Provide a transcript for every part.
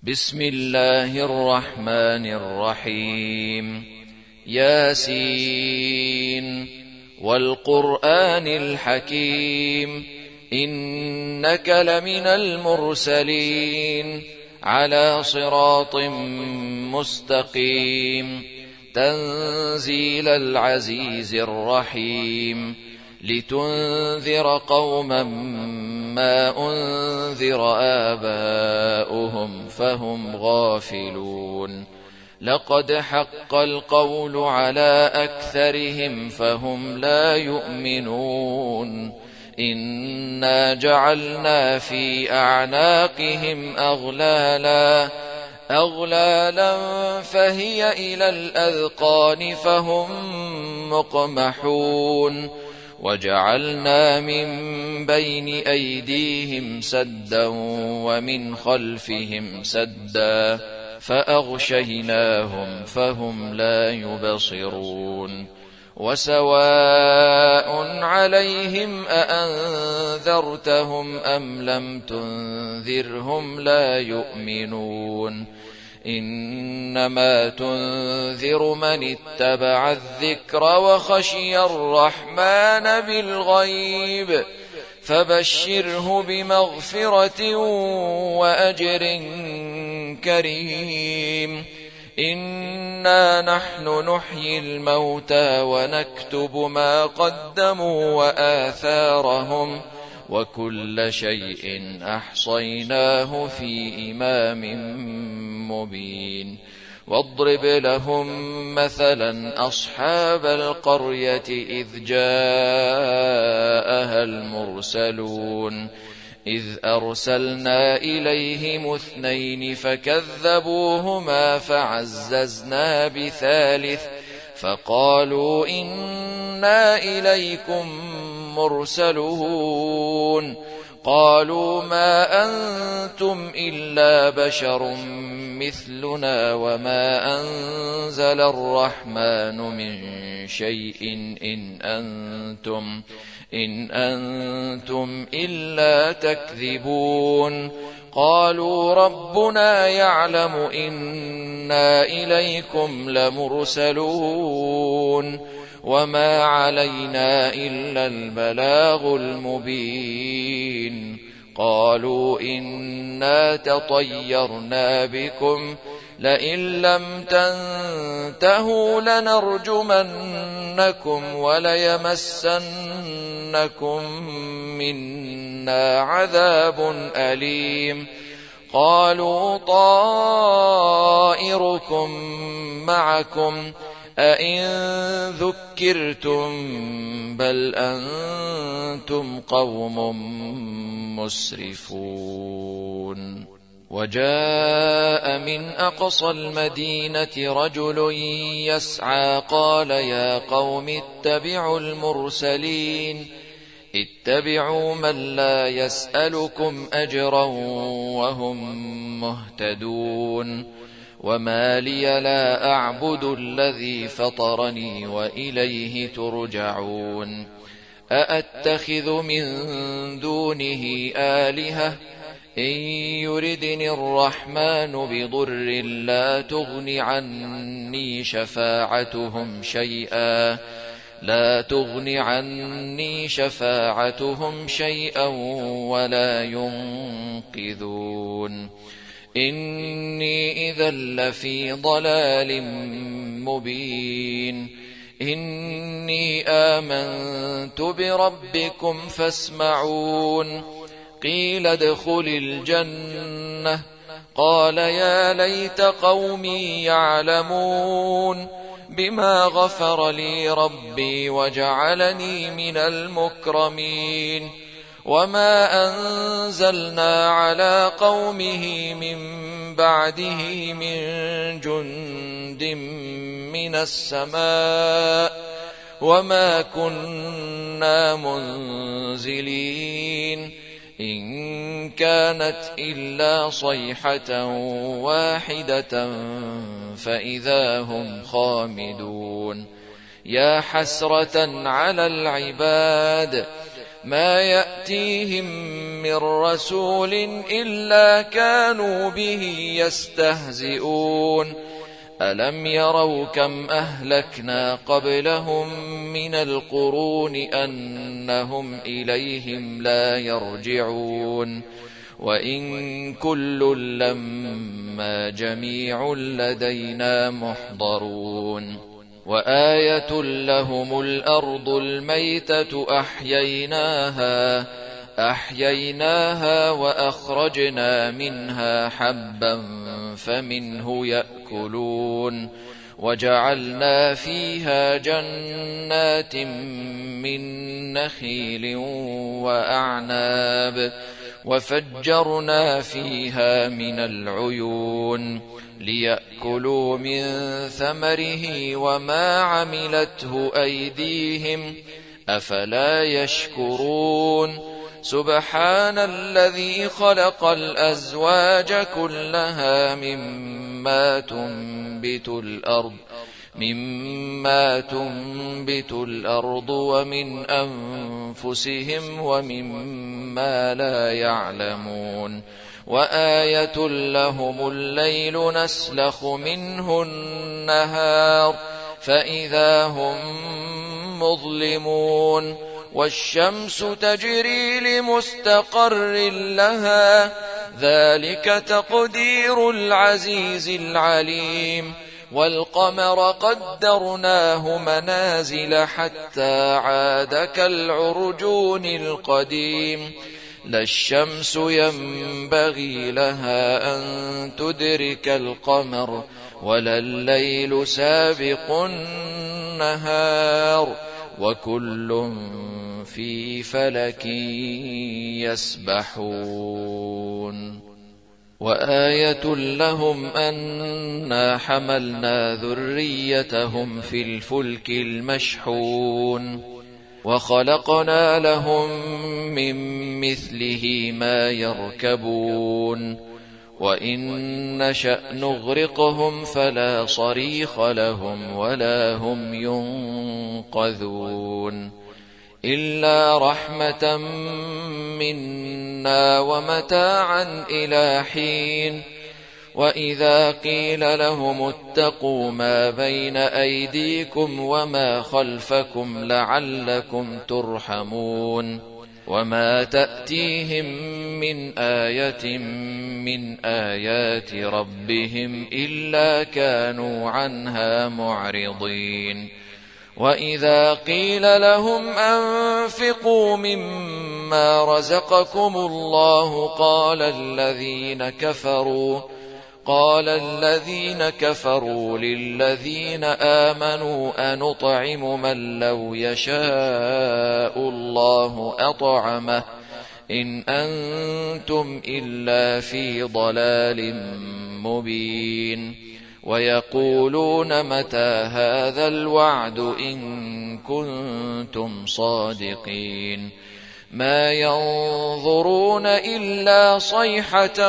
بسم الله الرحمن الرحيم. ياسين والقرآن الحكيم إنك لمن المرسلين على صراط مستقيم تنزيل العزيز الرحيم لتنذر قوما ما أنذر آباؤهم فهم غافلون لقد حق القول على أكثرهم فهم لا يؤمنون إنا جعلنا في أعناقهم أغلالا فهي إلى الأذقان فهم مقمحون وجعلنا من بين أيديهم سدا ومن خلفهم سدا فأغشيناهم فهم لا يبصرون وسواء عليهم أأنذرتهم أم لم تنذرهم لا يؤمنون إنما تنذر من اتبع الذكر وخشي الرحمن بالغيب فبشره بمغفرة وأجر كريم إنا نحن نحيي الموتى ونكتب ما قدموا وآثارهم وكل شيء أحصيناه في إمام مبين واضرب لهم مثلا أصحاب القرية إذ جاءها المرسلون إذ أرسلنا إليهم 2 فكذبوهما فعززنا ب3 فقالوا إنا إليكم مرسلون قالوا ما أنتم إلا بشر مثلنا وما أنزل الرحمن من شيء إن أنتم إلا تكذبون قالوا ربنا يعلم إنا إليكم لمرسلون وما علينا إلا البلاغ المبين قالوا إنا تطيرنا بكم لئن لم تنتهوا لنرجمنكم وليمسنكم منا عذاب أليم قالوا طائركم معكم أئن ذكرتم بل أنتم قوم مسرفون وجاء من أقصى المدينة رجل يسعى قال يا قوم اتبعوا المرسلين اتبعوا من لا يسألكم أجرا وهم مهتدون وما لي لا أعبد الذي فطرني وإليه ترجعون أأتخذ من دونه آلهة إن يردني الرحمن بضر لا تغن عني شفاعتهم شيئا ولا ينقذون إني إذا لفي ضلال مبين إني آمنت بربكم فاسمعون قيل ادخل الجنة قال يا ليت قومي يعلمون بما غفر لي ربي وجعلني من المكرمين وما أنزلنا على قومه من بعده من جند من السماء وما كنا منزلين إن كانت إلا صيحة واحدة فإذا هم خامدون يا حسرة على العباد ما يأتيهم من رسول إلا كانوا به يستهزئون ألم يروا كم أهلكنا قبلهم من القرون أنهم إليهم لا يرجعون وإن كل لما جميع لدينا محضرون وآية لهم الأرض الميتة أحييناها وأخرجنا منها حبا فمنه يأكلون وجعلنا فيها جنات من نخيل وأعناب وفجرنا فيها من العيون ليأكلوا من ثمره وما عملته أيديهم أفلا يشكرون سبحان الذي خلق الأزواج كلها مما تنبت الأرض ومن أنفسهم ومما لا يعلمون وآية لهم الليل نسلخ منه النهار فإذا هم مظلمون والشمس تجري لمستقر لها ذلك تقدير العزيز العليم والقمر قدرناه منازل حتى عاد كالعرجون القديم لا الشمس ينبغي لها أن تدرك القمر ولا الليل سابق النهار وكل في فلك يسبحون وآية لهم أنا حملنا ذريتهم في الفلك المشحون وخلقنا لهم من مثله ما يركبون وإن نشأ نغرقهم فلا صريخ لهم ولا هم ينقذون إلا رحمة منا ومتاعا إلى حين وإذا قيل لهم اتقوا ما بين أيديكم وما خلفكم لعلكم ترحمون وما تأتيهم من آية من آيات ربهم إلا كانوا عنها معرضين وإذا قيل لهم أنفقوا مما رزقكم الله قال الذين كفروا للذين آمنوا أنطعم من لو يشاء الله أطعمه إن أنتم إلا في ضلال مبين ويقولون متى هذا الوعد إن كنتم صادقين ما ينظرون إلا صيحة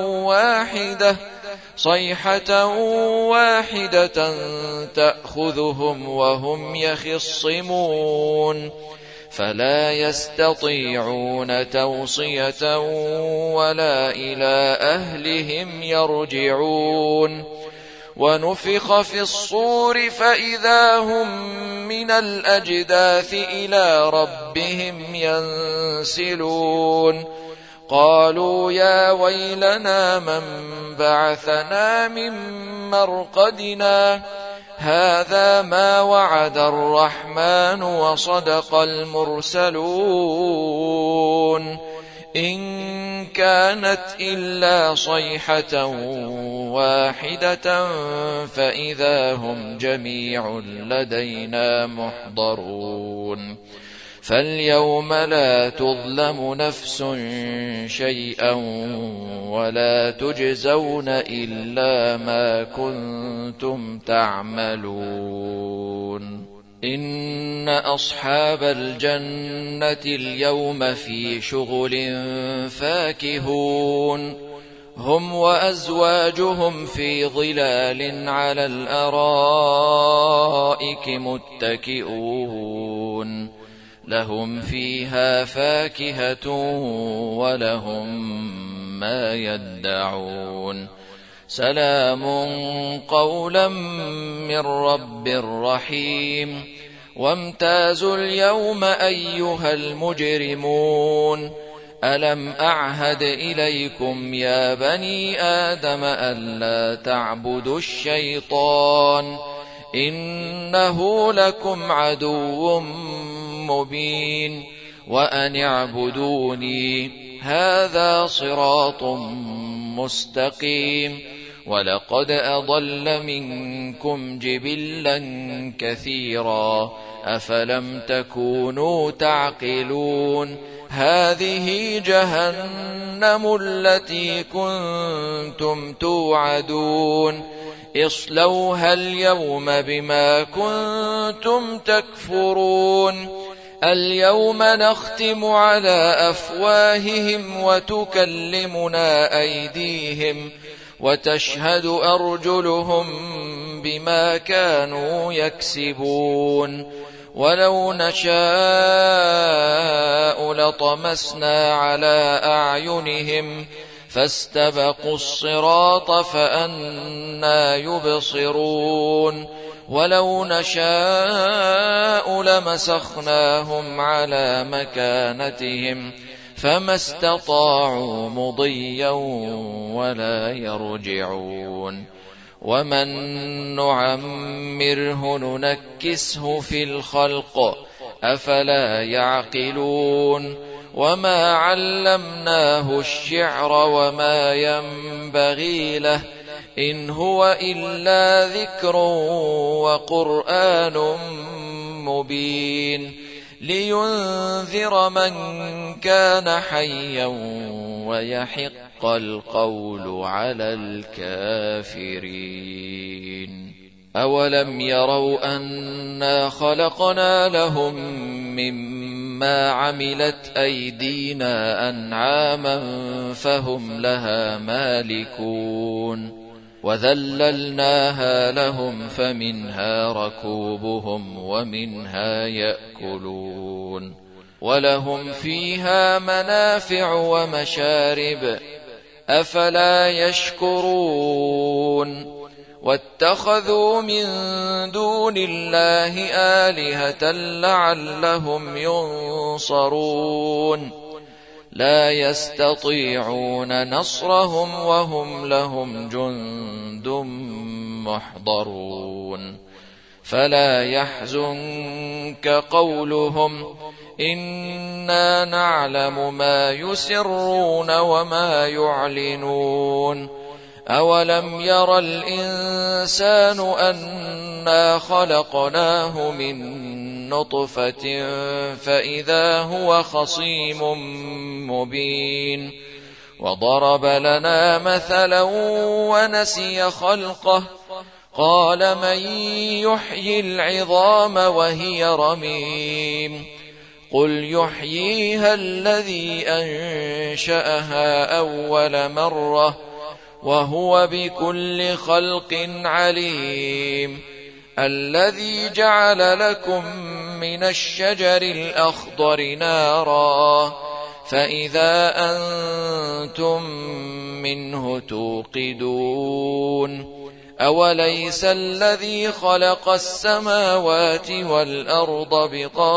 واحدة تأخذهم وهم يخصمون فلا يستطيعون توصية ولا إلى أهلهم يرجعون ونفخ في الصور فإذا هم من الأجداث إلى ربهم ينسلون قالوا يا ويلنا من بعثنا من مرقدنا هذا ما وعد الرحمن وصدق المرسلون إن كانت إلا صيحة واحدة فإذا هم جميع لدينا محضرون فاليوم لا تظلم نفس شيئا ولا تجزون إلا ما كنتم تعملون إن أصحاب الجنة اليوم في شغل فاكهون هم وأزواجهم في ظلال على الأرائك متكئون لهم فيها فاكهة ولهم ما يدعون سلام قولا من رب رحيم وامتازوا اليوم أيها المجرمون ألم أعهد إليكم يا بني آدم ألا تعبدوا الشيطان إنه لكم عدو مبين وأن اعبدوني هذا صراط مستقيم ولقد أضل منكم جبلا كثيرا أفلم تكونوا تعقلون هذه جهنم التي كنتم توعدون اصلوها اليوم بما كنتم تكفرون اليوم نختم على أفواههم وتكلمنا أيديهم وتشهد أرجلهم بما كانوا يكسبون ولو نشاء لطمسنا على أعينهم فاستبقوا الصراط فأنى يبصرون ولو نشاء لمسخناهم على مكانتهم فما استطاعوا مضيا ولا يرجعون ومن نعمره ننكسه في الخلق أفلا يعقلون وما علمناه الشعر وما ينبغي له إن هو إلا ذكر وقرآن مبين لينذر من كان حيا ويحق القول على الكافرين أولم يروا أنا خلقنا لهم مما عملت أيدينا أنعاما فهم لها مالكون وذللناها لهم فمنها ركوبهم ومنها يأكلون ولهم فيها منافع ومشارب أفلا يشكرون واتخذوا من دون الله آلهة لعلهم ينصرون لا يستطيعون نصرهم وهم لهم جند محضرون فلا يحزنك قولهم إنا نعلم ما يسرون وما يعلنون أولم ير الإنسان أنا خلقناه من نطفة فإذا هو خصيم مبين وضرب لنا مثلا ونسي خلقه قال من يحيي العظام وهي رميم قل يحييها الذي أنشأها أول مرة وهو بكل خلق عليم الذي جعل لكم من الشجر الأخضر نارا فإذا أنتم منه توقدون أوليس الذي خلق السماوات والأرض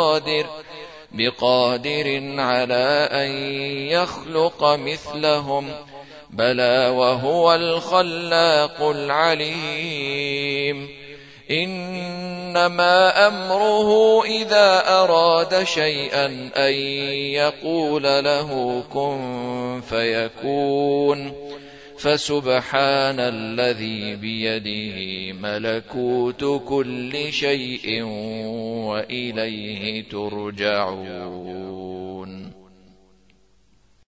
بقادر على أن يخلق مثلهم بلى وهو الخلاق العليم إنما أمره إذا أراد شيئا أن يقول له كن فيكون فسبحان الذي بيده ملكوت كل شيء وإليه ترجعون